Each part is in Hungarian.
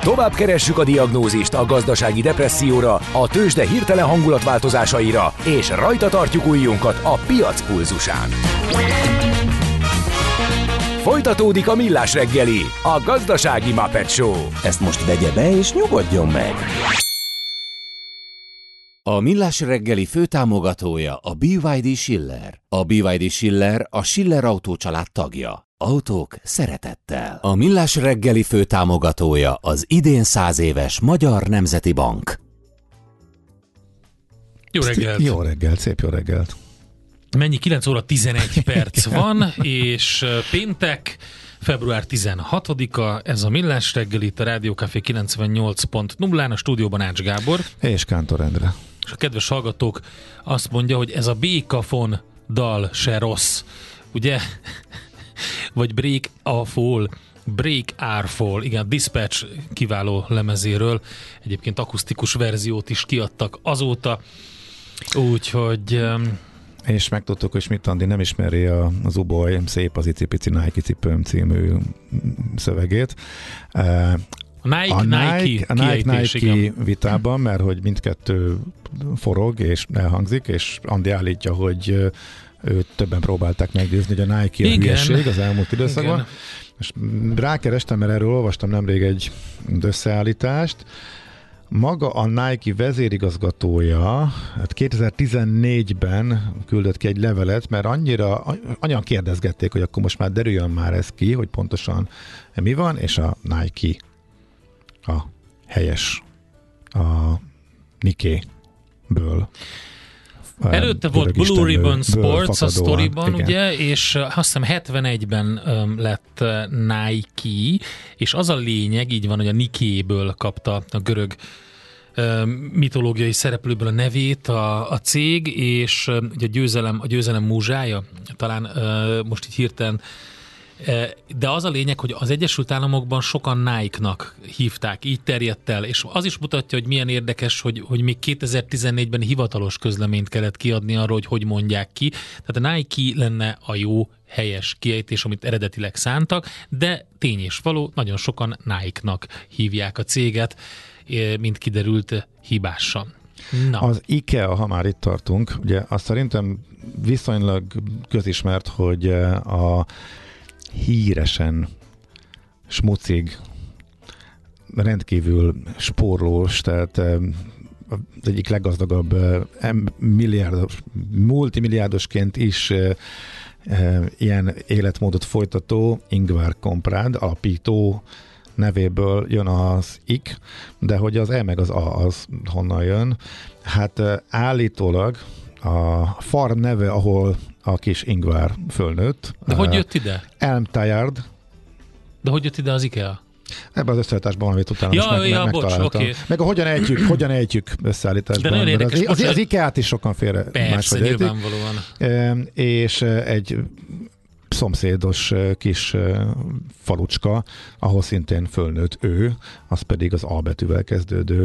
Tovább keressük a diagnózist a gazdasági depresszióra, a tőzsde hirtelen hangulatváltozásaira, és rajta tartjuk ujjunkat a piac pulzusán. Folytatódik a Millás reggeli, a gazdasági Muppet Show. Ezt most vegye be és nyugodjon meg! A Millás reggeli főtámogatója a BYD Schiller. A BYD Schiller a Schiller Autó család tagja. Autók szeretettel. A Millás reggeli főtámogatója az idén 100 éves Magyar Nemzeti Bank. Jó reggelt! Jó reggelt, szép jó reggelt! Mennyi? 9 óra 11 perc van, és péntek, február 16-a, ez a Millás reggeli, itt a Rádió Café 98.0-án, a stúdióban Ács Gábor. És Kántor Endre. És a kedves hallgatók azt mondja, hogy ez a Békafon dal se rossz, ugye? Vagy Break a Fall, Break Our Fall, igen, Dispatch kiváló lemezéről, egyébként akusztikus verziót is kiadtak azóta, úgyhogy... És megtudtuk, hogy Schmidt-Andi nem ismeri az Uboy Szép az icipici Nike cipőm című szövegét. A Nike vitában, mert hogy mindkettő forog és elhangzik, és Andi állítja, hogy őt többen próbálták meggyőzni, hogy a Nike a hülyeség az elmúlt időszakban. Igen. És rákerestem, mert erről olvastam nemrég egy összeállítást. Maga a Nike vezérigazgatója 2014-ben küldött ki egy levelet, mert annyian kérdezgették, hogy akkor most már derüljön már ez ki, hogy pontosan mi van, és a Nike a helyes, a Nike-ből. Előtte volt Blue Ribbon Sports a sztoriban, ugye, és azt hiszem 71-ben lett Nike, és az a lényeg, így van, hogy a Nike-ből kapta a görög mitológiai szereplőből a nevét a cég, és ugye a győzelem múzsája, talán most így hirtelen, de az a lényeg, hogy az Egyesült Államokban sokan Nike-nak hívták, így terjedt el, és az is mutatja, hogy milyen érdekes, hogy még 2014-ben hivatalos közleményt kellett kiadni arról, hogy mondják ki. Tehát a Nike lenne a jó, helyes kiejtés, amit eredetileg szántak, de tény és való, nagyon sokan Nike-nak hívják a céget, mint kiderült hibásan. Na. Az IKEA, ha már itt tartunk, ugye azt szerintem viszonylag közismert, hogy a híresen smucig, rendkívül spórolós, tehát az egyik leggazdagabb multimilliárdosként is ilyen életmódot folytató Ingvar Kamprad alapító nevéből jön az IK, de hogy az E meg az A az honnan jön? Hát állítólag a farm neve, ahol a kis Ingvar fölnőtt. De hogy jött ide? Elm Tired. De hogy jött ide az IKEA? Ebben az összeállításban valamit utána megtaláltam. Okay. Meg a hogyan ejtjük összeállításban. De nagyon érdekes. Az IKEA-t is sokan félre máshogy ejtik. Nyilvánvalóan. És egy szomszédos kis falucska, ahol szintén fölnőtt ő, az pedig az A betűvel kezdődő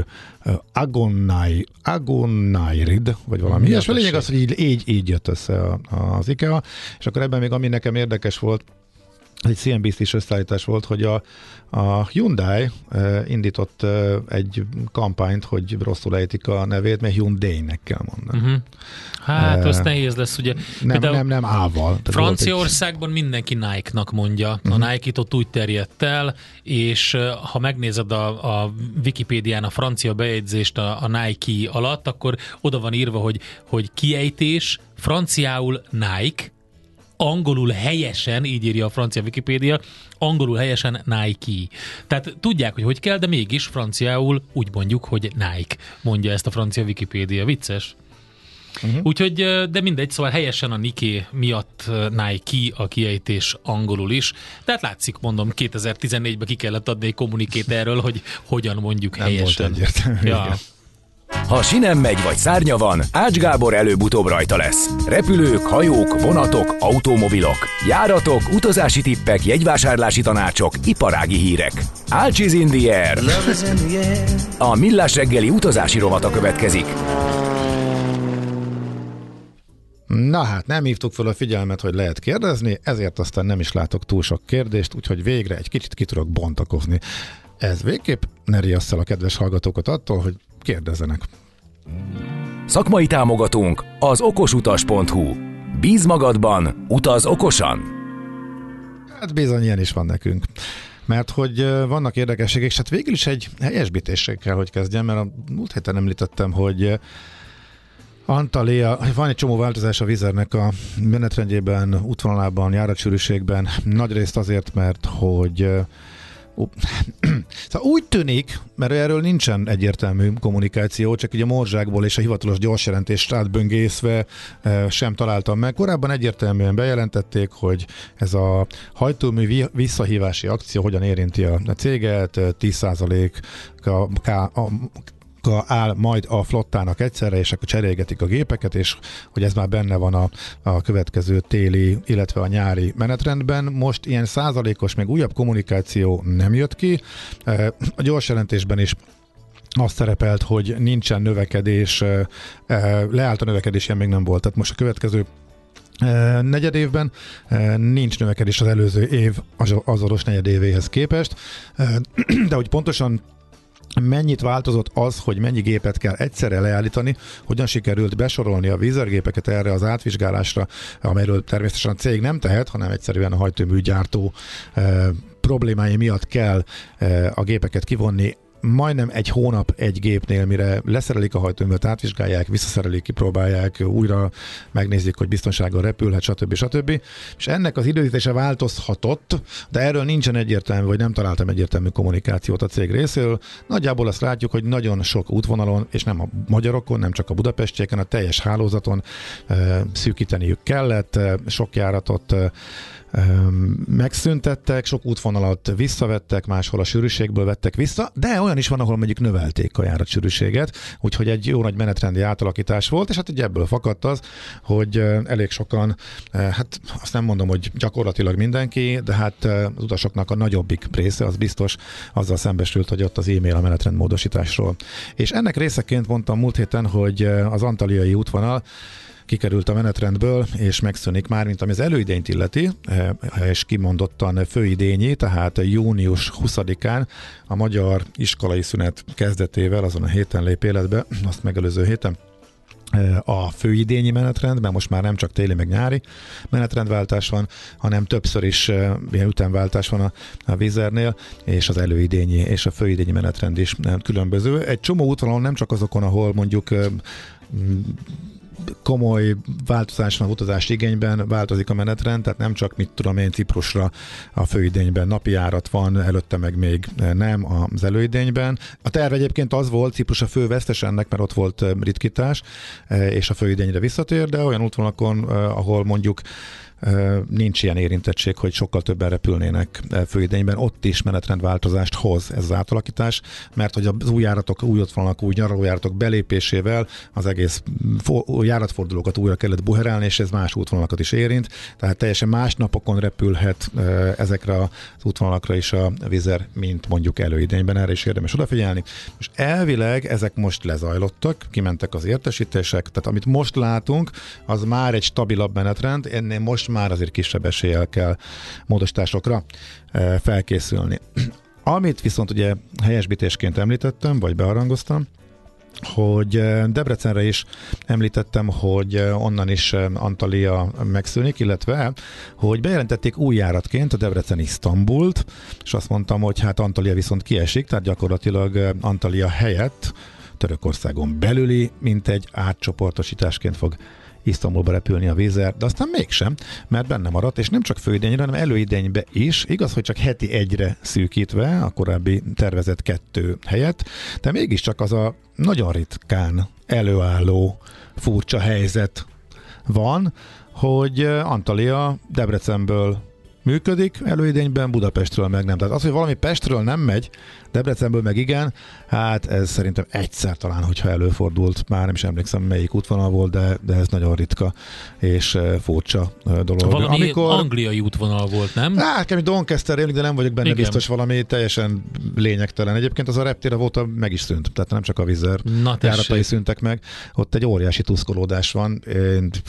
Agonairid, vagy valami. És a lényeg az, hogy így jött össze az IKEA, és akkor ebben még ami nekem érdekes volt, egy CNBC-s összeállítás volt, hogy a Hyundai indított egy kampányt, hogy rosszul ejtik a nevét, mert Hyundai-nek kell mondani. Uh-huh. Hát, az nehéz lesz, ugye. Nem A-val. Franciaországban mindenki Nike-nak mondja. A Nike-t ott úgy terjedt el, és ha megnézed a Wikipédián a francia bejegyzést a Nike alatt, akkor oda van írva, hogy kiejtés, franciául Nike, angolul helyesen, így írja a francia Wikipédia, angolul helyesen Nike. Tehát tudják, hogy kell, de mégis franciául úgy mondjuk, hogy Nike, mondja ezt a francia Wikipédia. Vicces. Uh-huh. Úgyhogy, de mindegy, szóval helyesen a Nike miatt Nike a kiejtés angolul is. Tehát látszik, mondom, 2014-ben ki kellett adni egy kommunikét erről, hogy hogyan mondjuk nem helyesen. Volt egyértelmű, ja. Ha sinem megy vagy szárnya van, Ács Gábor előbb-utóbb rajta lesz. Repülők, hajók, vonatok, automobilok, járatok, utazási tippek, jegyvásárlási tanácsok, iparági hírek. Ács is in the air. A Millás reggeli utazási rovata következik. Na hát, nem hívtuk fel a figyelmet, hogy lehet kérdezni, ezért aztán nem is látok túl sok kérdést, úgyhogy végre egy kicsit ki tudok bontakozni. Ez végképp ne riassza el a kedves hallgatókat attól, hogy kérdezzenek. Szakmai támogatónk az okosutas.hu. Bíz magadban, utaz okosan! Hát bizony, ilyen is van nekünk. Mert hogy vannak érdekességek, és hát végül is egy helyesbítéssel kell, hogy kezdjem, mert a múlt héten említettem, hogy Antalya, van egy csomó változás a Wizz-nek a menetrendjében, útvonalában, járatsűrűségben, nagyrészt azért, mert hogy szóval úgy tűnik, mert erről nincsen egyértelmű kommunikáció, csak így a morzsákból és a hivatalos gyorsjelentést átböngészve sem találtam meg. Korábban egyértelműen bejelentették, hogy ez a hajtómű visszahívási akció hogyan érinti a céget, 10% áll majd a flottának egyszerre, és akkor cserélgetik a gépeket, és hogy ez már benne van a következő téli, illetve a nyári menetrendben. Most ilyen százalékos, meg újabb kommunikáció nem jött ki. A gyors jelentésben is azt szerepelt, hogy nincsen növekedés, leállt a növekedés, ilyen még nem volt. Tehát most a következő negyedévben nincs növekedés az előző év azonos negyedévéhez képest, de hogy pontosan mennyit változott az, hogy mennyi gépet kell egyszerre leállítani, hogyan sikerült besorolni a Wizz Air gépeket erre az átvizsgálásra, amelyről természetesen a cég nem tehet, hanem egyszerűen a hajtóműgyártó problémái miatt kell a gépeket kivonni. Majdnem egy hónap egy gépnél, mire leszerelik a hajtóművet, átvizsgálják, visszaszerelik, kipróbálják, újra megnézik, hogy biztonsággal repülhet, stb. És ennek az időzítése változhatott, de erről nincsen egyértelmű, vagy nem találtam egyértelmű kommunikációt a cég részéről. Nagyjából azt látjuk, hogy nagyon sok útvonalon, és nem a magyarokon, nem csak a budapestieken, a teljes hálózaton szűkíteniük kellett, sok járatot megszüntettek, sok útvonalat visszavettek, máshol a sűrűségből vettek vissza, de olyan is van, ahol mondjuk növelték a járatsűrűséget, úgyhogy egy jó nagy menetrendi átalakítás volt, és hát ugye ebből fakadt az, hogy elég sokan, hát azt nem mondom, hogy gyakorlatilag mindenki, de hát az utasoknak a nagyobbik része, az biztos azzal szembesült, hogy ott az e-mail a menetrend módosításról. És ennek részeként mondtam múlt héten, hogy az antalyai útvonal kikerült a menetrendből, és megszűnik már, mint ami az előidényt illeti, és kimondottan főidényi, tehát június 20-án a magyar iskolai szünet kezdetével, azon a héten lép életbe, azt megelőző héten, a főidényi menetrend, mert most már nem csak téli meg nyári menetrendváltás van, hanem többször is ilyen ütemváltás van a Wizz Airnél, és az előidényi és a főidényi menetrend is különböző. Egy csomó útvonalon, nem csak azokon, ahol mondjuk komoly változás van utazás igényben, változik a menetrend, tehát nem csak, mit tudom én, Ciprusra a főidényben napi járat van, előtte meg még nem az előidényben. A terv egyébként az volt, Ciprus a fő vesztes ennek, mert ott volt ritkítás, és a főidényre visszatér, de olyan útvonalakon, ahol mondjuk nincs ilyen érintettség, hogy sokkal többen repülnének főidényben, ott is menetrendváltozást hoz ez az átalakítás, mert hogy az új járatok, új útvonalak, új nyaralójáratok belépésével az egész járatfordulókat újra kellett buherálni, és ez más útvonalakat is érint, tehát teljesen más napokon repülhet ezekre az útvonalakra is a Wizz Air, mint mondjuk előidényben, erre is érdemes odafigyelni. És elvileg ezek most lezajlottak, kimentek az értesítések, tehát amit most látunk, az már egy stabilabb menetrend, ennél most már azért kisebb eséllyel kell módosításokra felkészülni. Amit viszont ugye helyesbítésként említettem, vagy beharangoztam, hogy Debrecenre is említettem, hogy onnan is Antalya megszűnik, illetve, hogy bejelentették új járatként a Debrecen-Isztambult, és azt mondtam, hogy hát Antalya viszont kiesik, tehát gyakorlatilag Antalya helyett Törökországon belüli, mint egy átcsoportosításként fog Isztambulba repülni a Wizz Air, de aztán mégsem, mert benne maradt, és nem csak főidényre, hanem előidénybe is, igaz, hogy csak heti egyre szűkítve, a korábbi tervezett 2 helyett, de mégiscsak az a nagyon ritkán előálló furcsa helyzet van, hogy Antalya Debrecenből működik előidényben, Budapestről meg nem. Tehát az, hogy valami Pestről nem megy, Debrecenből meg igen, hát ez szerintem egyszer talán, hogyha előfordult, már nem is emlékszem melyik útvonal volt, de ez nagyon ritka és furcsa dolog. Valami angliai útvonal volt, nem? Hát, kemi Doncaster rémlik, de nem vagyok benne biztos, valami teljesen lényegtelen. Egyébként az a reptér volt, meg is szűnt, tehát nem csak a Wizz Air járatai szűntek meg. Ott egy óriási tuszkolódás van.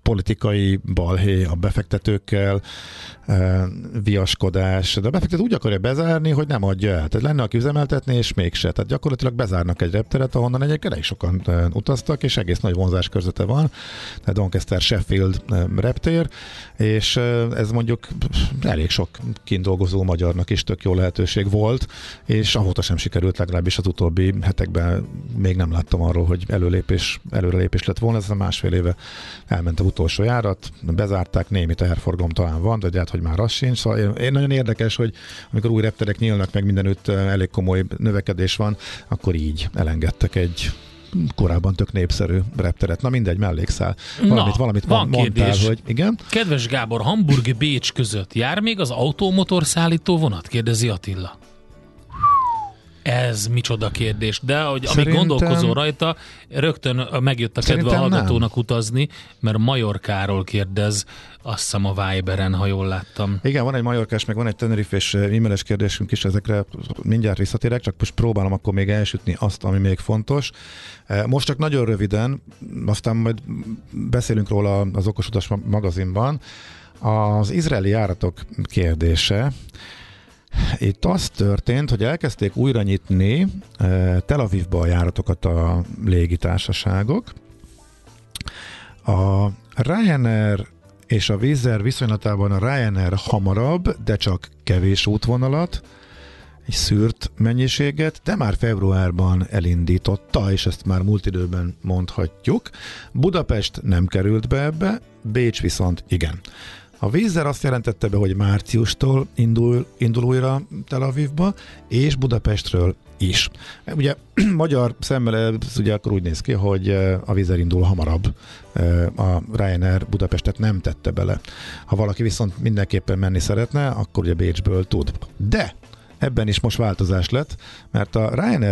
politikai balhé a befektetőkkel, viaskodás, de a befektető úgy akarja bezárni, hogy nem adja el. Tehát lenne, aki üzemeltetné, és mégse. Tehát gyakorlatilag bezárnak egy repteret, ahonnan egyébként elég sokan utaztak, és egész nagy vonzáskörzete van. Tehát Doncaster Sheffield reptér, és ez mondjuk elég sok kint dolgozó magyarnak is tök jó lehetőség volt, és ahóta sem sikerült, legalábbis az utóbbi hetekben még nem láttam arról, hogy előrelépés lett volna. Ez a másfél éve elment az utolsó járat, bezárták, némi teherforgalom talán van, de hát, hogy már az sincs. Szóval én nagyon érdekes, hogy amikor új repterek nyílnak, meg mindenütt elég komoly növekedés van, akkor így elengedtek egy korábban tök népszerű repteret. Na mindegy, mellékszál. Valamit van mondtál, kérdés. hogy igen. Kedves Gábor, Hamburg-Bécs között jár még az autómotor szállító vonat? Kérdezi Attila. Ez micsoda kérdés, de hogy amíg gondolkozol rajta, rögtön megjött a kedve a hallgatónak utazni, mert Majorkáról kérdez, azt hiszem a Viberen, ha jól láttam. Igen, van egy majorkás, meg van egy Tenerife-s e-mailes kérdésünk is, ezekre mindjárt visszatérek, csak most próbálom akkor még elsütni azt, ami még fontos. Most csak nagyon röviden, aztán majd beszélünk róla az Okos Utas magazinban. Az izraeli járatok kérdése. Itt az történt, hogy elkezdték újra nyitni Tel Avivba a járatokat a légitársaságok. A Ryanair és a Wizz Air viszonylatában a Ryanair hamarabb, de csak kevés útvonalat, egy szűrt mennyiséget, de már februárban elindította, és ezt már múlt időben mondhatjuk. Budapest nem került be ebbe, Bécs viszont igen. A Wizz Air azt jelentette be, hogy márciustól indul újra Tel Avivba, és Budapestről is. Ugye magyar szemmel ez ugye akkor úgy néz ki, hogy a Wizz Air indul hamarabb, a Ryanair Budapestet nem tette bele. Ha valaki viszont mindenképpen menni szeretne, akkor ugye Bécsből tud. De ebben is most változás lett, mert a Ryanair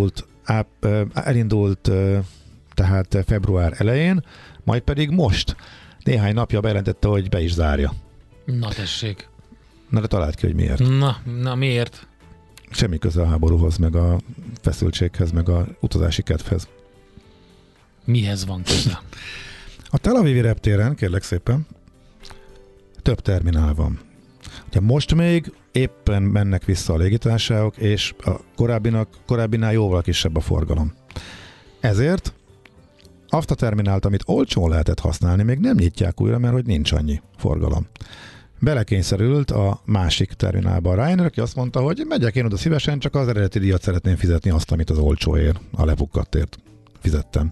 elindult tehát február elején, majd pedig most néhány napja bejelentette, hogy be is zárja. Na tessék. Na de találd ki, hogy miért. Na miért? Semmi köze a háborúhoz, meg a feszültséghez, meg a utazási kedvhez. Mihez van köze? A Tel Avivi reptéren, kérlek szépen, több terminál van. Ugye most még éppen mennek vissza a légitársaságok, és a korábbinál jóval kisebb a forgalom. Ezért azt a terminált, amit olcsón lehetett használni, még nem nyitják újra, mert hogy nincs annyi forgalom. Belekényszerült a másik terminálba a Ryanair, aki azt mondta, hogy megyek én oda szívesen, csak az eredeti díjat szeretném fizetni, azt, amit az olcsóért, a lepukkattért fizettem.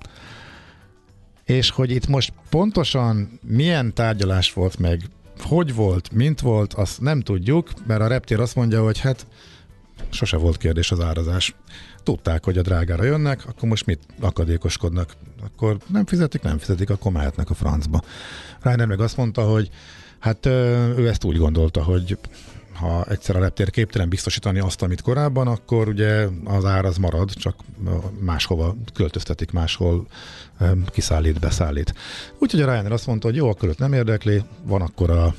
És hogy itt most pontosan milyen tárgyalás volt meg, hogy volt, mint volt, azt nem tudjuk, mert a reptér azt mondja, hogy hát sose volt kérdés az árazás. Tudták, hogy a drágára jönnek, akkor most mit akadékoskodnak? Akkor nem fizetik, akkor mehetnek a francba. Ryanair meg azt mondta, hogy hát ő ezt úgy gondolta, hogy ha egyszer a reptér képtelen biztosítani azt, amit korábban, akkor ugye az ár az marad, csak máshova költöztetik, máshol kiszállít, beszállít. Úgyhogy a Ryanair azt mondta, hogy jó, akkor őt nem érdekli, van akkor a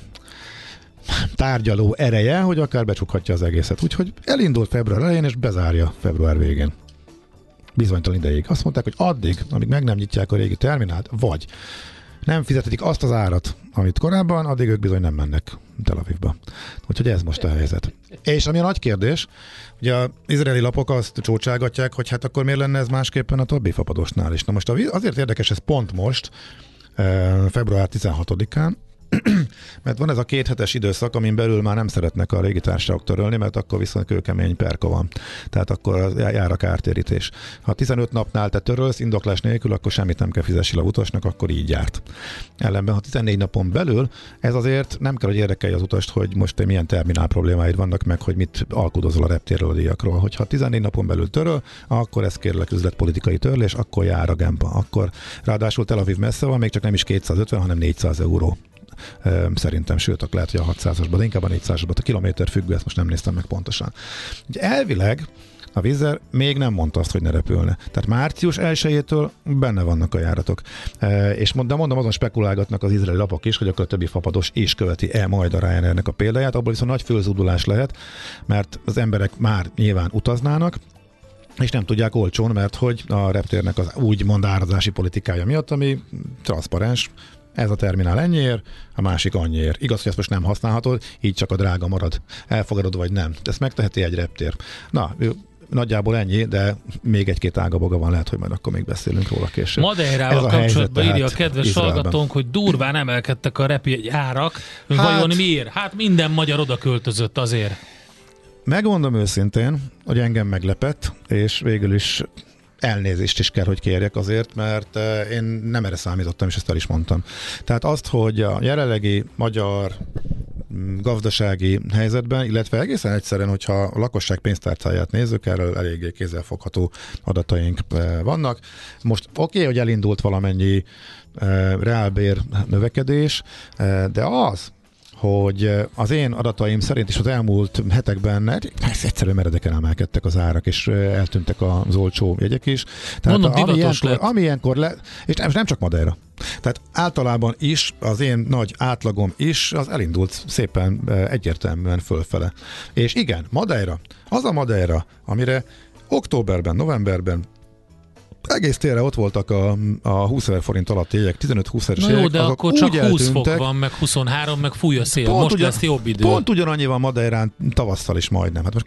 tárgyaló ereje, hogy akár becsukhatja az egészet. Úgyhogy elindult február elején, és bezárja február végén. Bizonytalan ideig. Azt mondták, hogy addig, amíg meg nem nyitják a régi terminált, vagy nem fizetetik azt az árat, amit korábban, addig ők bizony nem mennek Tel Avivba. Úgyhogy ez most a helyzet. És ami a nagy kérdés, ugye az izraeli lapok azt csócságatják, hogy hát akkor miért lenne ez másképpen a többi fapadosnál is. Na most azért érdekes ez pont most, február 16-án, mert van ez a 2 hetes időszak, amin belül már nem szeretnek a légitársaságok törölni, mert akkor viszont kőkemény perka van. Tehát akkor jár a kártérítés. Ha 15 napnál te törölsz indoklás nélkül, akkor semmit nem kell fizessél a utasnak, akkor így járt. Ellenben, ha 14 napon belül, ez azért nem kell, hogy érdekelje az utast, hogy most te milyen terminál problémáid vannak, meg hogy mit alkudozol a reptérről a díjakról. Hogyha 14 napon belül töröl, akkor ez kérlek üzletpolitikai törlés, akkor jár a gempa. Akkor ráadásul Tel Aviv messze van, még csak nem is 250, hanem 400 euró. Szerintem, sőt, akkor lehet, hogy a 600-asban, de inkább a 400-asban, a kilométer függő, ezt most nem néztem meg pontosan. Ugye elvileg a Wizz Air még nem mondta azt, hogy ne repülne. Tehát március 1-től benne vannak a járatok. De mondom, azon spekulálgatnak az izraeli lapok is, hogy akkor a többi fapados is követi majd a Ryanairnek a példáját, abból viszont nagy fölzúdulás lehet, mert az emberek már nyilván utaznának, és nem tudják olcsón, mert hogy a reptérnek az úgymond árazási politikája miatt, ami transzparens, ez a terminál ennyiért, a másik annyiért. Igaz, hogy ezt most nem használhatod, így csak a drága marad. Elfogadod vagy nem. Ezt megteheti egy reptér. Na, nagyjából ennyi, de még egy-két ágaboga van, lehet, hogy majd akkor még beszélünk róla később. Madeirával kapcsolatban írja a kedves hallgatónk, hogy durván emelkedtek a repjegy árak. Vajon miért? Hát minden magyar oda költözött azért. Megmondom őszintén, hogy engem meglepett, és végül is elnézést is kell, hogy kérjek azért, mert én nem erre számítottam, és ezt el is mondtam. Tehát azt, hogy a jelenlegi magyar gazdasági helyzetben, illetve egészen egyszerűen, hogyha a lakosság pénztárcáját nézzük, erről eléggé kézzelfogható adataink vannak. Most oké, hogy elindult valamennyi reálbér növekedés, de az, hogy az én adataim szerint is az elmúlt hetekben egyszerűen meredeken emelkedtek az árak, és eltűntek az olcsó jegyek is. Tehát mondom, ami ilyenkor és nem csak Madeira. Tehát általában is az én nagy átlagom is az elindult szépen egyértelműen fölfele. És igen, Madeira, az a Madeira, amire októberben, novemberben egész térre ott voltak a 20 000 forint alatti jegyek, 15-20 ezer jegyek. Jó, de akkor csak 20 fok van, meg 23, meg fúj a szél. Most lesz jobb idő. Pont ugyanannyi van Madeirán tavasszal is majdnem. Hát most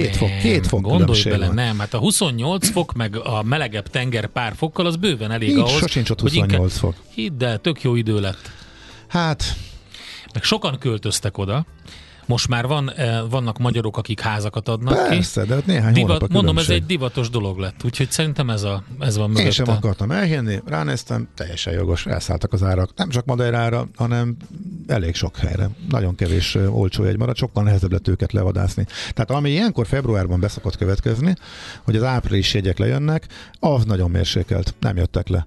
két fok gondolj bele, van. Nem. Hát a 28 fok, meg a melegebb tenger pár fokkal, az bőven elég ahhoz. Sosincs ott 28 fok. Hidd el, tök jó idő lett. Hát. Meg sokan költöztek oda. Most már vannak magyarok, akik házakat adnak ki. Persze, de néhány hónap a mondom, ez egy divatos dolog lett, úgyhogy szerintem ez van mögötte. Én sem akartam elhinni, ránéztem, teljesen jogos, elszálltak az árak. Nem csak Madeirára, hanem elég sok helyre. Nagyon kevés olcsó jegy marad, sokkal nehezebb lett őket levadászni. Tehát ami ilyenkor februárban beszokott következni, hogy az április jegyek lejönnek, az nagyon mérsékelt, nem jöttek le.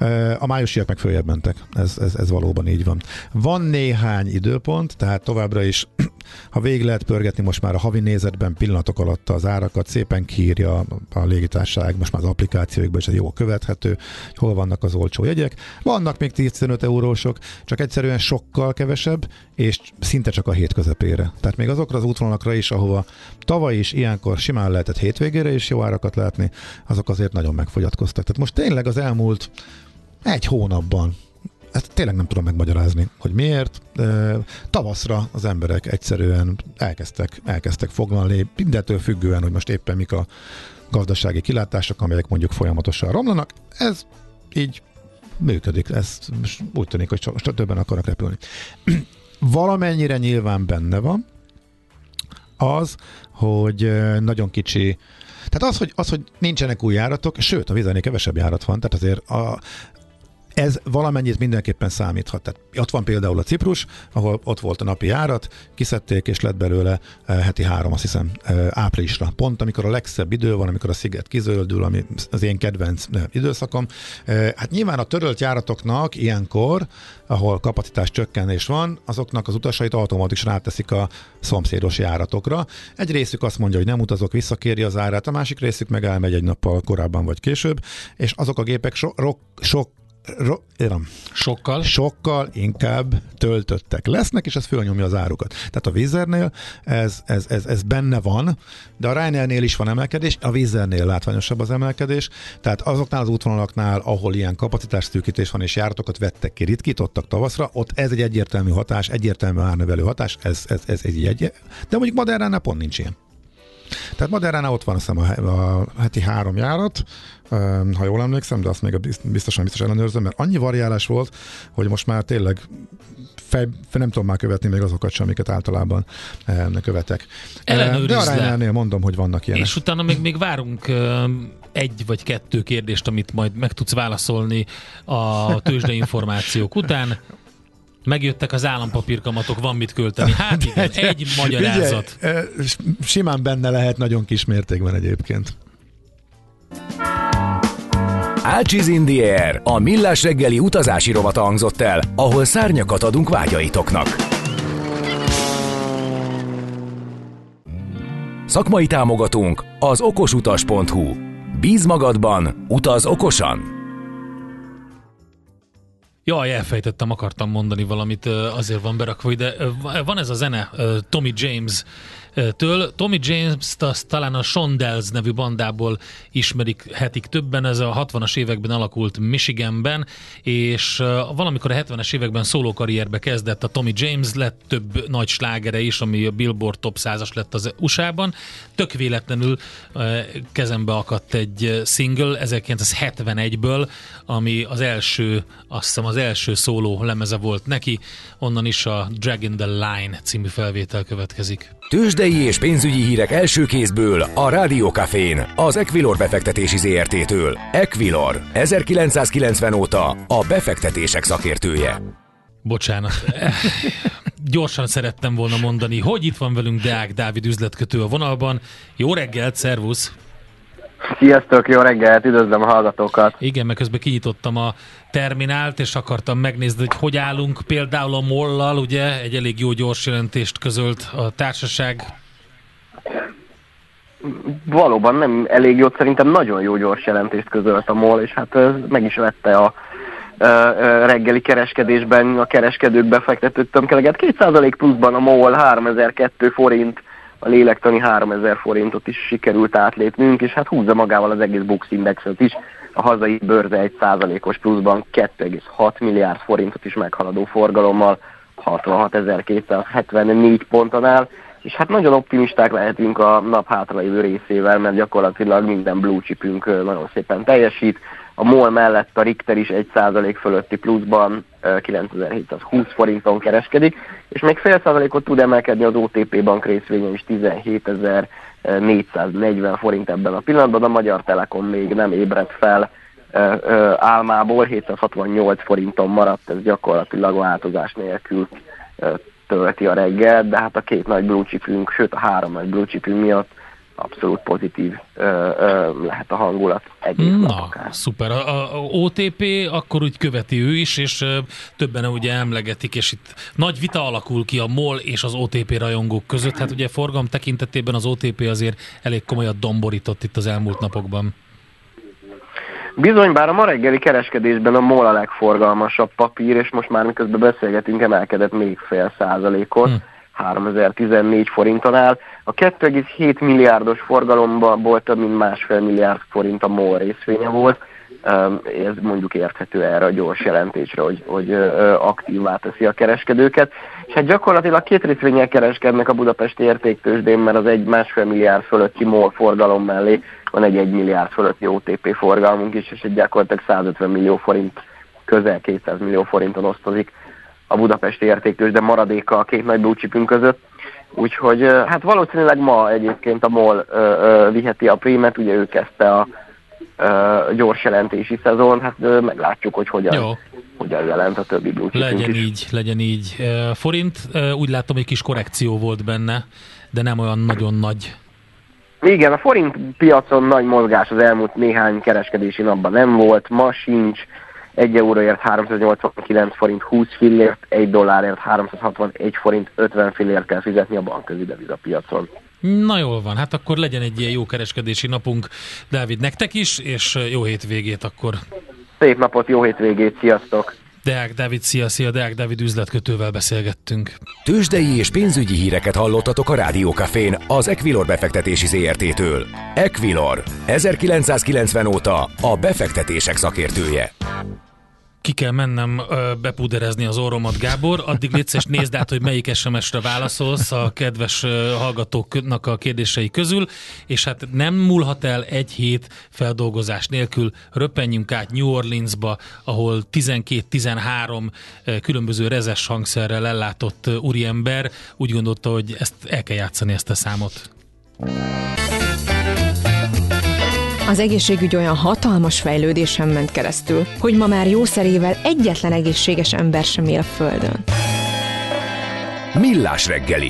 A májusiak meg följebb mentek. Ez valóban így van. Van néhány időpont, tehát továbbra is ha végig lehet pörgetni most már a havi nézetben pillanatok alatt az árakat, szépen kiírja a légitársaság, most már az applikációikban is ez jó követhető, hol vannak az olcsó jegyek. Vannak még 10-15 eurósok, csak egyszerűen sokkal kevesebb, és szinte csak a hét közepére. Tehát még azokra az útvonalakra is, ahova tavaly is ilyenkor simán lehetett hétvégére is jó árakat látni, azok azért nagyon megfogyatkoztak. Tehát most tényleg az elmúlt egy hónapban ezt tényleg nem tudom megmagyarázni, hogy miért. Tavaszra az emberek egyszerűen elkezdtek foglalni, mindentől függően, hogy most éppen mik a gazdasági kilátások, amelyek mondjuk folyamatosan romlanak. Ez így működik. Ez úgy tűnik, hogy többen akarnak repülni. Valamennyire nyilván benne van az, hogy nagyon kicsi, tehát az, hogy nincsenek új járatok, sőt, a Wizzairnél kevesebb járat van, tehát azért ez valamennyit mindenképpen számíthat. Tehát ott van például a Ciprus, ahol ott volt a napi járat, kiszedték, és lett belőle heti 3, azt hiszem, áprilisra. Pont amikor a legszebb idő van, amikor a sziget kizöldül, ami az én kedvenc időszakom. Hát nyilván a törölt járatoknak ilyenkor, ahol kapacitás csökkenés van, azoknak az utasait automatikusan ráteszik a szomszédos járatokra. Egy részük azt mondja, hogy nem utazok, visszakéri az árát, a másik részük meg elmegy egy nappal korábban vagy később, és azok a gépek sokkal inkább töltöttek lesznek, és ez fölnyomja az árukat. Tehát a Wizzairnél ez benne van, de a Ryanairnél is van emelkedés, a Wizzairnél látványosabb az emelkedés, tehát azoknál az útvonalaknál, ahol ilyen kapacitásszűkítés van, és járatokat vettek ki, ritkítottak tavaszra, ott ez egy egyértelmű hatás, egyértelmű árnövelő hatás, ez egy jegy. De mondjuk Madeiránál pont nincs ilyen. Tehát Madeiránál ott van azt hiszem a heti 3 járat, ha jól emlékszem, de azt még biztos ellenőrzöm, mert annyi variálás volt, hogy most már tényleg nem tudom már követni még azokat sem, amiket általában követek. De a Ryanairnél mondom, hogy vannak ilyenek. És utána még várunk egy vagy 2 kérdést, amit majd meg tudsz válaszolni a tőzsdeinformációk után. Megjöttek az állampapírkamatok, van mit költeni. Hát igen, egy magyarázat. Ugye, simán benne lehet nagyon kis mértékben egyébként. Ácsiz in the Air, a millás reggeli utazási rovata hangzott el, ahol szárnyakat adunk vágyaitoknak. Szakmai támogatónk az okosutas.hu. Bíz magadban, utaz okosan! Jaj, elfejtettem, akartam mondani valamit, azért van berakva, de van ez a zene Tommy James-től. Tommy James-t azt talán a Shondells nevű bandából ismerik többen, ez a 60-as években alakult Michiganben, és valamikor a 70-es években szólókarrierbe kezdett a Tommy James, lett több nagy slágere is, ami a Billboard Top 100-as lett az USA-ban. Tök véletlenül kezembe akadt egy single 1971-ből, ami az első, azt hiszem az első szóló lemeze volt neki, onnan is a Drag in the Line című felvétel következik. Tőzsdei és pénzügyi hírek első kézből a Rádió Cafén, az Equilor befektetési ZRT-től. Equilor, 1990 óta a befektetések szakértője. Bocsánat. Gyorsan szerettem volna mondani, hogy itt van velünk Deák Dávid üzletkötő a vonalban. Jó reggelt, szervusz! Sziasztok, jó reggelt, üdvözlöm a hallgatókat! Igen, meg közben kinyitottam a terminált, és akartam megnézni, hogy állunk például a MOL-lal, ugye egy elég jó gyors jelentést közölt a társaság. Valóban nem elég jó, szerintem nagyon jó gyors jelentést közölt a MOL, és hát meg is vette a reggeli kereskedésben a kereskedők befektetők tömkeleget. 2% pluszban a MOL 3002 forint, a lélektani 3000 forintot is sikerült átlépnünk, és hát húzza magával az egész Bux Indexet is. A hazai bőrze 1%-os pluszban 2,6 milliárd forintot is meghaladó forgalommal 66.274 ponton áll, és hát nagyon optimisták lehetünk a nap hátralévő részével, mert gyakorlatilag minden blue chipünk nagyon szépen teljesít. A MOL mellett a Richter is 1% fölötti pluszban 9720 forinton kereskedik, és még fél százalékot tud emelkedni az OTP bank részvénye is 17.440 forint ebben a pillanatban. A Magyar Telekom még nem ébredt fel álmából, 768 forinton maradt, ez gyakorlatilag változás nélkül tölti a reggel, de hát a két nagy blue chipünk, sőt a három nagy blue chipünk miatt abszolút pozitív lehet a hangulat egész nap akár. Szuper. A OTP akkor úgy követi ő is, és többen ugye emlegetik, és itt nagy vita alakul ki a MOL és az OTP rajongók között. Hát ugye forgalom tekintetében az OTP azért elég komolyat domborított itt az elmúlt napokban. Bizony, bár a ma reggeli kereskedésben a MOL a legforgalmasabb papír, és most már miközben beszélgetünk, emelkedett még fél százalékot. 3014 forinton áll. A 2,7 milliárdos forgalomból több mint 1,5 milliárd forint a MOL részvénye volt. Ez mondjuk érthető erre a gyors jelentésre, hogy aktívvá teszi a kereskedőket. És hát gyakorlatilag két részvénnyel kereskednek a budapesti értéktőzsdén, mert az 1,5 milliárd fölötti MOL forgalom mellé van egy 1 milliárd fölötti OTP forgalmunk is, és egy gyakorlatilag 150 millió forint, közel 200 millió forinton osztozik a budapesti értéktőzsde maradéka a két nagy blue chipünk között. Úgyhogy hát valószínűleg ma egyébként a MOL viheti a prémet, ugye ő kezdte a gyors jelentési szezon, hát meglátjuk, hogy hogyan jelent a többi blue chipünk is. Legyen így. Forint, úgy látom, egy kis korrekció volt benne, de nem olyan nagyon nagy. Igen, a forint piacon nagy mozgás az elmúlt néhány kereskedési napban nem volt, ma sincs. 1 euróért 389 forint 20 fillért, 1 dollárért 361 forint 50 fillért kell fizetni a bankközi devizapiacon. Na jól van, hát akkor legyen egy ilyen jó kereskedési napunk, Dávid, nektek is, és jó hétvégét akkor. Szép napot, jó hétvégét, sziasztok! Deák Dávid, szia, Deák Dávid üzletkötővel beszélgettünk. Tőzsdei és pénzügyi híreket hallottatok a Rádió Cafén, az Equilor befektetési ZRT-től. Equilor, 1990 óta a befektetések szakértője. Ki kell mennem bepúderezni az orromat, Gábor. Addig légy szíves, nézd át, hogy melyik SMS-re válaszolsz a kedves hallgatóknak a kérdései közül, és hát nem múlhat el egy hét feldolgozás nélkül. Röppenjünk át New Orleansba, ahol 12-13 különböző rezes hangszerrel ellátott úriember úgy gondolta, hogy el kell játszani ezt a számot. Az egészségügy olyan hatalmas fejlődésen ment keresztül, hogy ma már jószerével egyetlen egészséges ember sem él a Földön. Millás reggeli.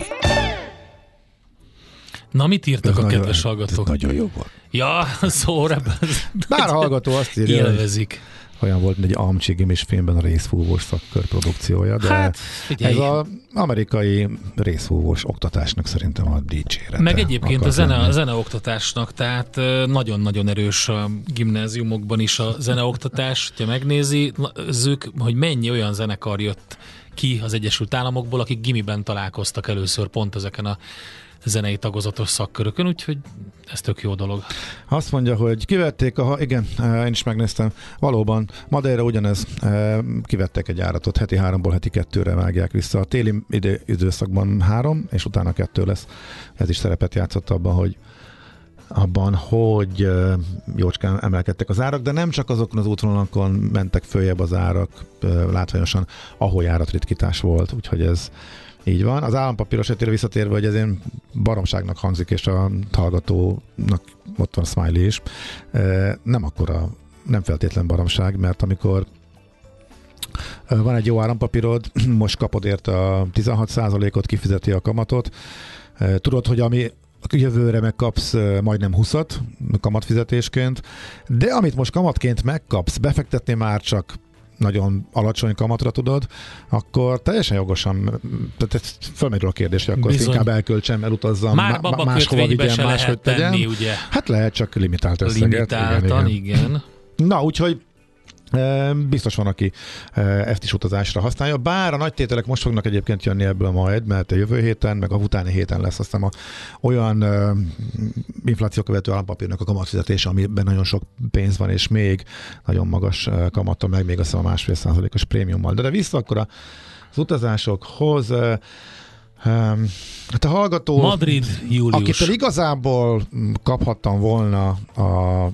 Na, mit írtak a kedves hallgatók? Nagyon jó volt. Ja, szóra. Bár a hallgató azt írja, élvezik, olyan volt, mint egy Amcsi gimis filmben a részfúvós szakkör produkciója, de hát, ez az amerikai részfúvós oktatásnak szerintem a dicsérete. Meg egyébként a zeneoktatásnak, tehát nagyon-nagyon erős a gimnáziumokban is a zeneoktatás, ha megnézzük, hogy mennyi olyan zenekar jött ki az Egyesült Államokból, akik gimiben találkoztak először pont ezeken a zenei tagozatos szakkörökön, úgyhogy ez tök jó dolog. Azt mondja, hogy kivették, igen, én is megnéztem, valóban Madeira ugyanez, kivettek egy járatot, heti 3-ból heti 2-re vágják vissza. A téli időszakban 3, és utána 2 lesz. Ez is szerepet játszott abban, hogy jócskán emelkedtek az árak, de nem csak azokon az útvonalakon mentek följebb az árak, látványosan, ahol járatritkítás volt, úgyhogy ez így van. Az állampapíros esetére visszatérve, hogy ez én baromságnak hangzik, és a hallgatónak ott van a smiley is. Nem feltétlen baromság, mert amikor van egy jó állampapírod, most kapod érte a 16%-ot, kifizeti a kamatot. Tudod, hogy ami jövőre megkapsz majdnem 20-at kamatfizetésként, de amit most kamatként megkapsz, befektetni már csak nagyon alacsony kamatra tudod, akkor teljesen jogosan, tehát fölmerül a kérdés, hogy akkor ezt inkább elköltsem, elutazzam, máshova vigyen, máshogy tegyen. Ugye? Hát lehet, csak limitált összeget. Limitáltan, igen. Na, úgyhogy biztos van, aki ezt is utazásra használja, bár a nagy tételek most fognak egyébként jönni ebből majd, mert a jövő héten, meg a utáni héten lesz aztán olyan inflációkövető állampapírnak a kamatfizetése, amiben nagyon sok pénz van, és még nagyon magas kamattal, meg még azt hiszem a 1,5%-os prémiummal. De vissza akkor az utazásokhoz. Hát a hallgató, Madrid, július. Akitől igazából kaphattam volna a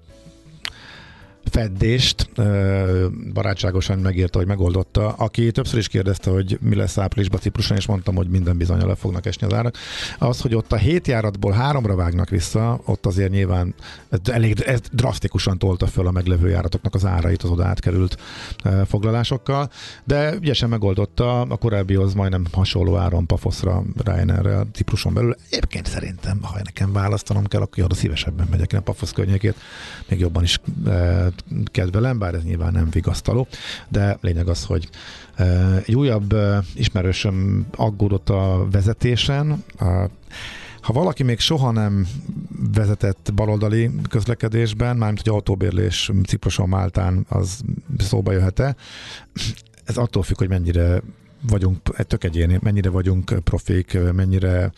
feddést, barátságosan megírta, hogy megoldotta, aki többször is kérdezte, hogy mi lesz áprilisban Cipruson, és mondtam, hogy minden bizonnyal le fognak esni az árak. Az, hogy ott a 7 járatból 3-ra vágnak vissza, ott azért nyilván ez drasztikusan tolta föl a meglevő járatoknak az árait az oda átkerült foglalásokkal, de ügyesen megoldotta, a korábbihoz majdnem hasonló áron Pafoszra, Ryanairrel Cipruson belül. Egyébként szerintem, ha nekem választanom kell, akkor oda szívesebben megyek, a Pafosz környékét még jobban is kedvelem, bár ez nyilván nem vigasztaló, de lényeg az, hogy egy újabb ismerősöm aggódott a vezetésen. Ha valaki még soha nem vezetett baloldali közlekedésben, mármint hogy autóbérlés Cipruson, Máltán, az szóba jöhet-e, ez attól függ, hogy mennyire vagyunk, tök egyéni, mennyire vagyunk profik, mennyire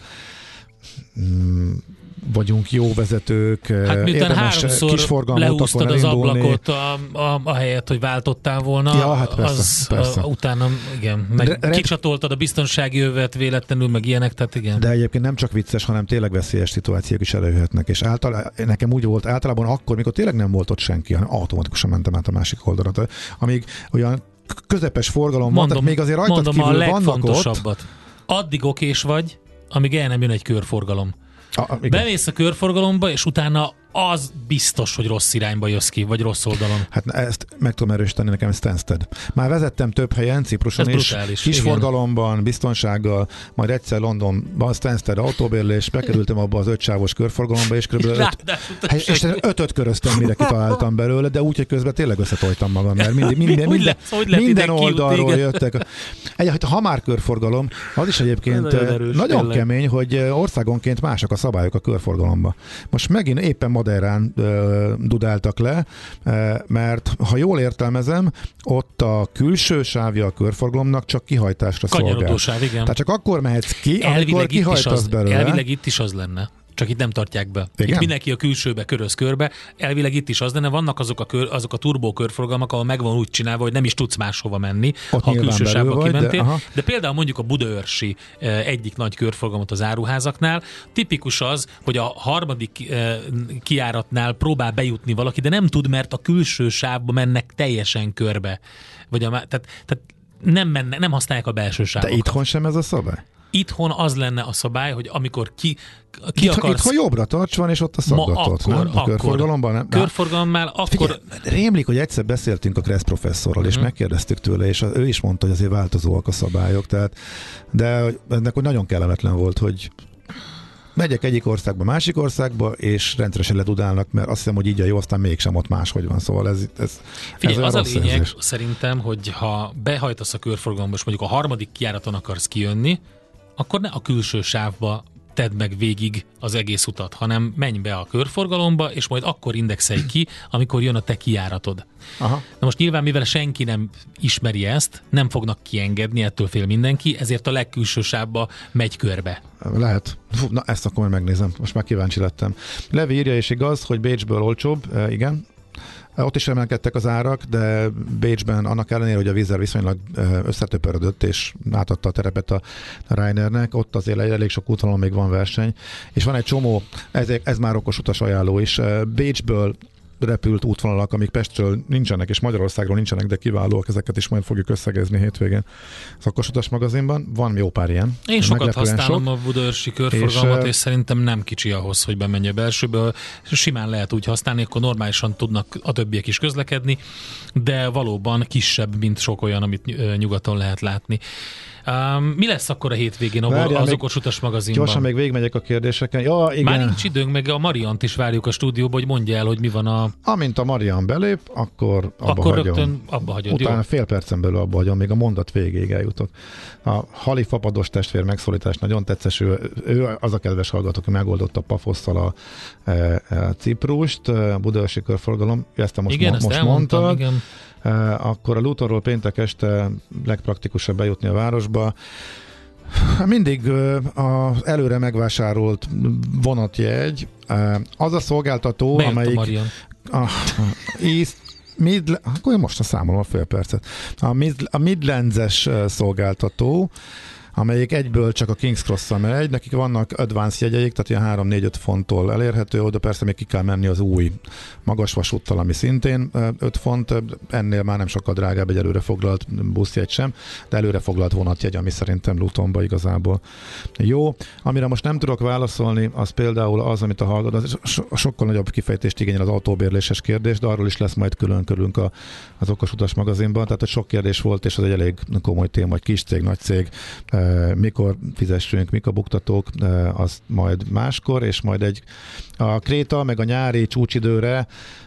vagyunk jó vezetők, hát miután 3-szor lehúztad az ablakot a helyet, hogy váltottál volna, ja, hát persze. Utána igen, meg kicsatoltad a biztonsági övet véletlenül, meg ilyenek, tehát igen. De egyébként nem csak vicces, hanem tényleg veszélyes szituációk is előjöhetnek, és nekem úgy volt általában akkor, mikor tényleg nem volt ott senki, hanem automatikusan mentem át a másik oldalra, amíg olyan közepes forgalom van, tehát még azért rajtad kívül vannak ott. Addig okés vagy, amíg el nem jön egy körforgalom. Bemész a körforgalomba, és utána az biztos, hogy rossz irányba jössz ki, vagy rossz oldalon. Hát ezt meg tudom erősíteni, nekem ez Stansted. Már vezettem több helyen, Cipruson is, kisforgalomban, biztonsággal, majd egyszer Londonban, Stansted autóbérlés, bekerültem abba az 5-sávos körforgalomba, és kb. 5-öt köröztem, mire kitaláltam belőle, de úgy, hogy közben tényleg összetoltam magam, mert minden oldalról jöttek. Ha már körforgalom, az is egyébként nagyon kemény, hogy országonként mások a szabályok a körforgalomba. Most megint éppen Madeirán dudáltak le, mert ha jól értelmezem, ott a külső sávja a körforgalomnak csak kihajtásra szolgál. Sáv, igen. Tehát csak akkor mehetsz ki, amikor kihajtasz belőle. Elvileg itt is az lenne. Csak itt nem tartják be. Igen? Itt mindenki a külsőbe köröz körbe. Elvileg itt is az lenne, vannak azok a turbó körforgalmak, ahol megvan úgy csinálva, hogy nem is tudsz máshova menni, ott ha a külső sávba kimentél. De például mondjuk a budaörsi egyik nagy körforgalmat az áruházaknál, tipikus az, hogy a harmadik kijáratnál próbál bejutni valaki, de nem tud, mert a külső sávba mennek teljesen körbe. Tehát nem használják a belső sávokat. De itthon sem ez a szabály? Itthon az lenne a szabály, hogy amikor ki akarsz... Itthon jobbra tarts van, és ott a szaggatott, nem? A körforgalomban nem? Körforgalommal akkor... Figyelj, rémlik, hogy egyszer beszéltünk a Kressz professzorral, és megkérdeztük tőle, és ő is mondta, hogy azért változóak a szabályok, tehát, de ennek nagyon kellemetlen volt, hogy megyek egyik országba, másik országba, és rendszeresen ledudálnak, mert azt hiszem, hogy így a jó, aztán mégsem ott máshogy van. Szóval ez figyelj, az a lényeg érzés. Szerintem, hogy ha behajtasz a körforgalomba, és mondjuk a harmadik kijáraton akarsz kijönni, akkor ne a külső sávba tedd meg végig az egész utat, hanem menj be a körforgalomba, és majd akkor indexelj ki, amikor jön a te kijáratod. Aha. Na most nyilván, mivel senki nem ismeri ezt, nem fognak kiengedni, ettől fél mindenki, ezért a legkülső sávba megy körbe. Lehet. Na, ezt akkor megnézem. Most már kíváncsi lettem. Levi írja, és igaz, hogy Bécsből olcsóbb, igen. Ott is emelkedtek az árak, de Bécsben annak ellenére, hogy a Wizz Air viszonylag összetöpörödött, és átadta a terepet a Ryanairnek, ott azért elég sok útvonalon még van verseny, és van egy csomó, ez már okos utas ajánló is, Bécsből repült útvonalak, amik Pestről nincsenek, és Magyarországról nincsenek, de kiválóak, ezeket is majd fogjuk összegezni hétvégén az Okos Utas magazinban. Van jó pár ilyen. Én sokat használom a budaörsi körforgalmat, és szerintem nem kicsi ahhoz, hogy bemenj a belsőből. Simán lehet úgy használni, akkor normálisan tudnak a többiek is közlekedni, de valóban kisebb, mint sok olyan, amit nyugaton lehet látni. Mi lesz akkor a hétvégén az Okos Utas magazinban? Gyorsan még végigmegyek a kérdéseken. Ja, igen. Már nincs időnk, meg a Mariant is várjuk a stúdióba, hogy mondja el, hogy mi van a... Amint a Marian belép, akkor rögtön abba hagyom. Utána jó? Fél percen belül abba hagyom, még a mondat végéig eljutok. A Hali Fapados testvér megszólítás nagyon tetszes, ő az a kedves hallgató, aki megoldotta Pafosszal a Ciprust, a budaörsi körforgalom, ezt most mondtad. Igen. Akkor a Lutonról péntek este legpraktikusabb bejutni a városba. Mindig az előre megvásárolt vonatjegy, az a szolgáltató, bejött amelyik... Akkor most a számolom a fél percet. A Midlands-es szolgáltató, amelyik egyből csak a King's Cross-szal megy, nekik vannak advanced jegyeik, tehát ilyen 3-4-5 fonttól elérhető, oda persze még ki kell menni az új magas vasúttal, ami szintén 5 font, ennél már nem sokkal drágább egy előre foglalt buszjegy sem, de előre foglalt vonatjegy, ami szerintem Lutonba igazából jó. Amire most nem tudok válaszolni, az például az, amit a hallgató, sokkal nagyobb kifejtést igényel az autóbérléses kérdés, de arról is lesz majd külön-különk az Okos Utas magazinban, tehát sok kérdés volt, és az egy elég komoly téma, hogy kis cég, nagy cég, mikor fizessünk, mik a buktatók, az majd máskor, és majd a kréta, meg a nyári csúcsidőre,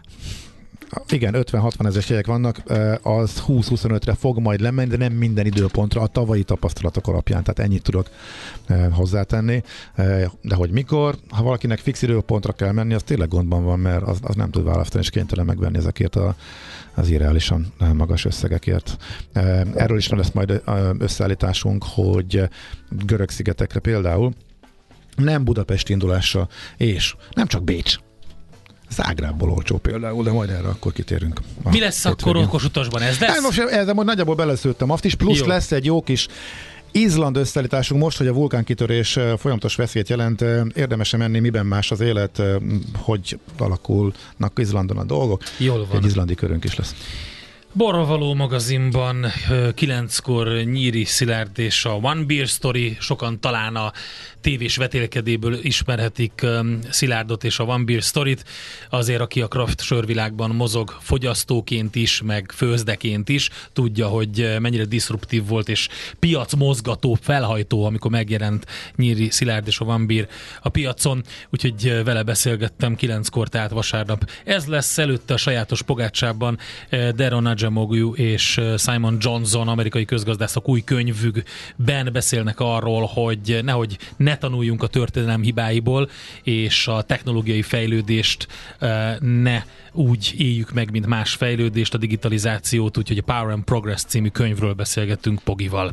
igen, 50-60 ezeres jegyek vannak, az 20-25-re fog majd lemenni, de nem minden időpontra, a tavalyi tapasztalatok alapján, tehát ennyit tudok hozzátenni, de hogy mikor, ha valakinek fix időpontra kell menni, az tényleg gondban van, mert az nem tud választani, és kénytelen megvenni ezekért az irreálisan magas összegekért. Erről is lesz majd összeállításunk, hogy görög szigetekre például nem Budapest indulása, és nem csak Bécs, Zágrábból olcsó például, de majd erre akkor kitérünk. Mi lesz akkor Okos Utasban? Ez lesz? Most ezzel majd nagyjából beleszőttem azt is, plusz jó. Lesz egy jó kis Izland összeállításunk most, hogy a vulkánkitörés folyamatos veszélyt jelent. Érdemes menni, miben más az élet, hogy alakulnak Izlandon a dolgok. Jól van. Egy izlandi körünk is lesz. Borravaló magazinban 9-kor Nyíri Szilárd és a One Beer Story, sokan talán a tévés vetélkedéből ismerhetik Szilárdot és a One Beer Storyt, azért aki a craft sörvilágban mozog fogyasztóként is, meg főzdeként is, tudja, hogy mennyire diszruptív volt és piacmozgató, felhajtó, amikor megjelent Nyíri Szilárd és a One Beer a piacon, úgyhogy vele beszélgettem 9-kor, tehát vasárnap. Ez lesz előtte a sajátos pogácsában Daron Acemoglu és Simon Johnson, amerikai közgazdászok új könyvükben beszélnek arról, hogy nehogy ne tanuljunk a történelem hibáiból, és a technológiai fejlődést ne úgy éljük meg, mint más fejlődést, a digitalizációt, úgyhogy a Power and Progress című könyvről beszélgettünk Pogival.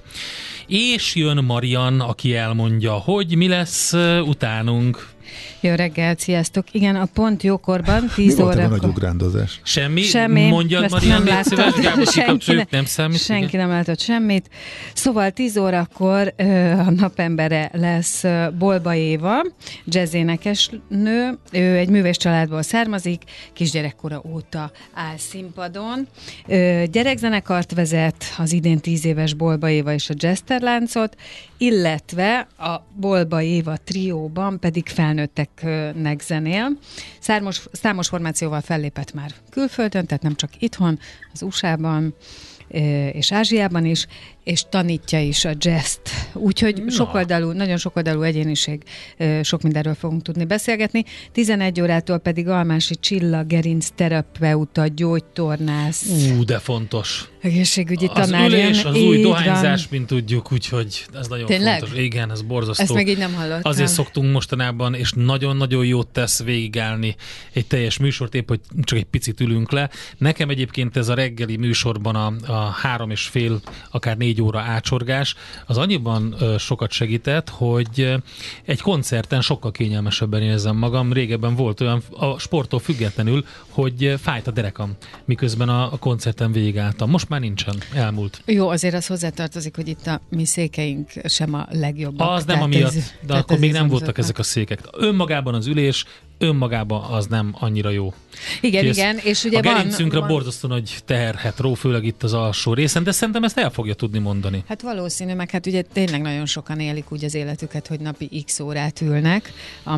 És jön Marian, aki elmondja, hogy mi lesz utánunk. Jó reggelt, sziasztok! Igen, a pont jókorban 10 órakor... Mi volt a nagy ugrándozás? Semmi. Mondjad, Marian, légy szíves, Gábor, kikapcsoljuk, nem számít. Senki nem látott semmit. Szóval 10 órakor a napembere lesz Bolba Éva, jazzénekesnő. Ő egy művész családból származik, kisgyerekkora óta áll színpadon. Gyerekzenekart vezet, az idén 10 éves Bolba Éva és a Jazzterláncot, illetve a Bolba Éva trióban pedig felnőtteknek zenél. Számos formációval fellépett már külföldön, tehát nem csak itthon, az USA-ban, és Ázsiában is, és tanítja is a jazzt. Úgyhogy nagyon sokoldalú egyéniség, sok mindenről fogunk tudni beszélgetni. 11 órától pedig Almási Csilla gerincterapeuta, gyógytornász. De fontos. Egészségügyi tanár. Az ülés, az új dohányzás, mint tudjuk, úgyhogy ez nagyon fontos. Igen, ez borzasztó. Ezt meg így nem hallottam. Azért szoktunk mostanában, és nagyon-nagyon jót tesz végigállni egy teljes műsort, épp hogy csak egy picit ülünk le. Nekem egyébként ez a reggeli műsorban a 3,5, akár 4 óra ácsorgás, az annyiban sokat segített, hogy egy koncerten sokkal kényelmesebben érzem magam. Régebben volt olyan, a sporttól függetlenül, hogy fájt a derekam, miközben a koncerten végigálltam. Most már nincsen, elmúlt. Jó, azért az hozzátartozik, hogy itt a mi székeink sem a legjobbak. Az nem amiatt, de akkor még nem voltak ezek a székek. Önmagában az ülés, önmagában az nem annyira jó. Igen, és ugye a gerincünkre borzasztó nagy terhet ró, főleg itt az alsó részen, de szerintem ezt el fogja tudni mondani. Hát valószínű, meg hát ugye tényleg nagyon sokan élik úgy az életüket, hogy napi x órát ülnek,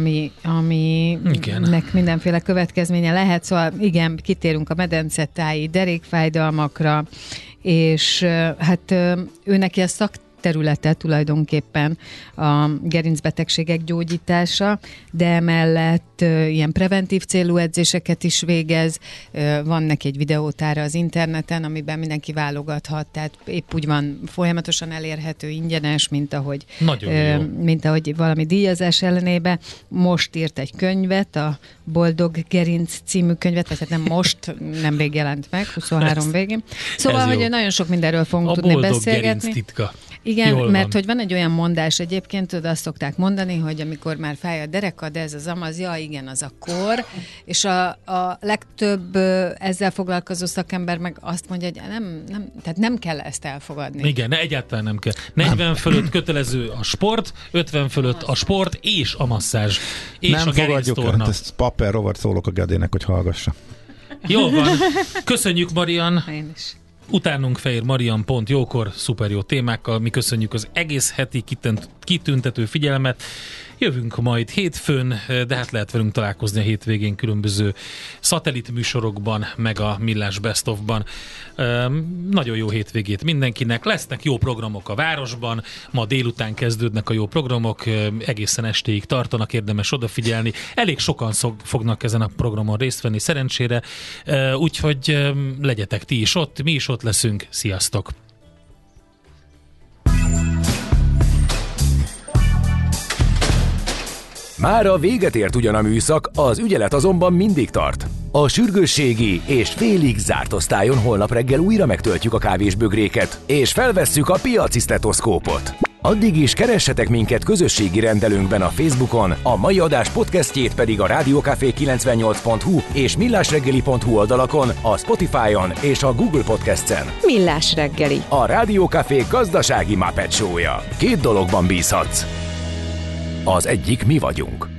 aminek mindenféle következménye lehet, szóval igen, kitérünk a medencetáji derékfájdalmakra, és hát ő neki a területe tulajdonképpen a gerincbetegségek gyógyítása, de emellett ilyen preventív célú edzéseket is végez. Van neki egy videótára az interneten, amiben mindenki válogathat, tehát épp úgy van folyamatosan elérhető, ingyenes, mint ahogy valami díjazás ellenébe. Most írt egy könyvet, a Boldog Gerinc című könyvet, vagy hát nem most, nemrég jelent meg, 23 végén. Szóval, hogy nagyon sok mindenről fogunk tudni beszélgetni. A Boldog Gerinc titka. Igen, mert hogy van egy olyan mondás egyébként, tudod, azt szokták mondani, hogy amikor már fáj a derekad, ez az amaz, ja igen, az a kor, és a legtöbb ezzel foglalkozó szakember meg azt mondja, hogy tehát nem kell ezt elfogadni. Igen, egyáltalán nem kell. 40 fölött kötelező a sport, 50 fölött a sport és a masszázs. És nem a gerinctorna. Hát ezt Papper Robert szólok a Gedének, hogy hallgassa. Jó van. Köszönjük, Marian. Én is. Utánunk Fehér Marian pont jókor, szuper jó témákkal. Mi köszönjük az egész heti kitüntető figyelmet. Jövünk majd hétfőn, de hát lehet velünk találkozni a hétvégén különböző szatellit műsorokban, meg a Millás Best of-ban. Nagyon jó hétvégét mindenkinek. Lesznek jó programok a városban, ma délután kezdődnek a jó programok, egészen estéig tartanak, érdemes odafigyelni. Elég sokan fognak ezen a programon részt venni szerencsére, úgyhogy legyetek ti is ott, mi is ott leszünk. Sziasztok! Mára véget ért ugyan a műszak, az ügyelet azonban mindig tart. A sürgősségi és félig zárt osztályon holnap reggel újra megtöltjük a kávésbögréket, és felvesszük a piaci sztetoszkópot. Addig is keressetek minket közösségi rendelőnkben a Facebookon, a mai adás podcastjét pedig a rádiókafé98.hu és millásreggeli.hu oldalakon, a Spotify-on és a Google Podcast-en. Millás reggeli. A Rádiókafé gazdasági Muppet Show-ja. 2 dologban bízhatsz. Az egyik mi vagyunk.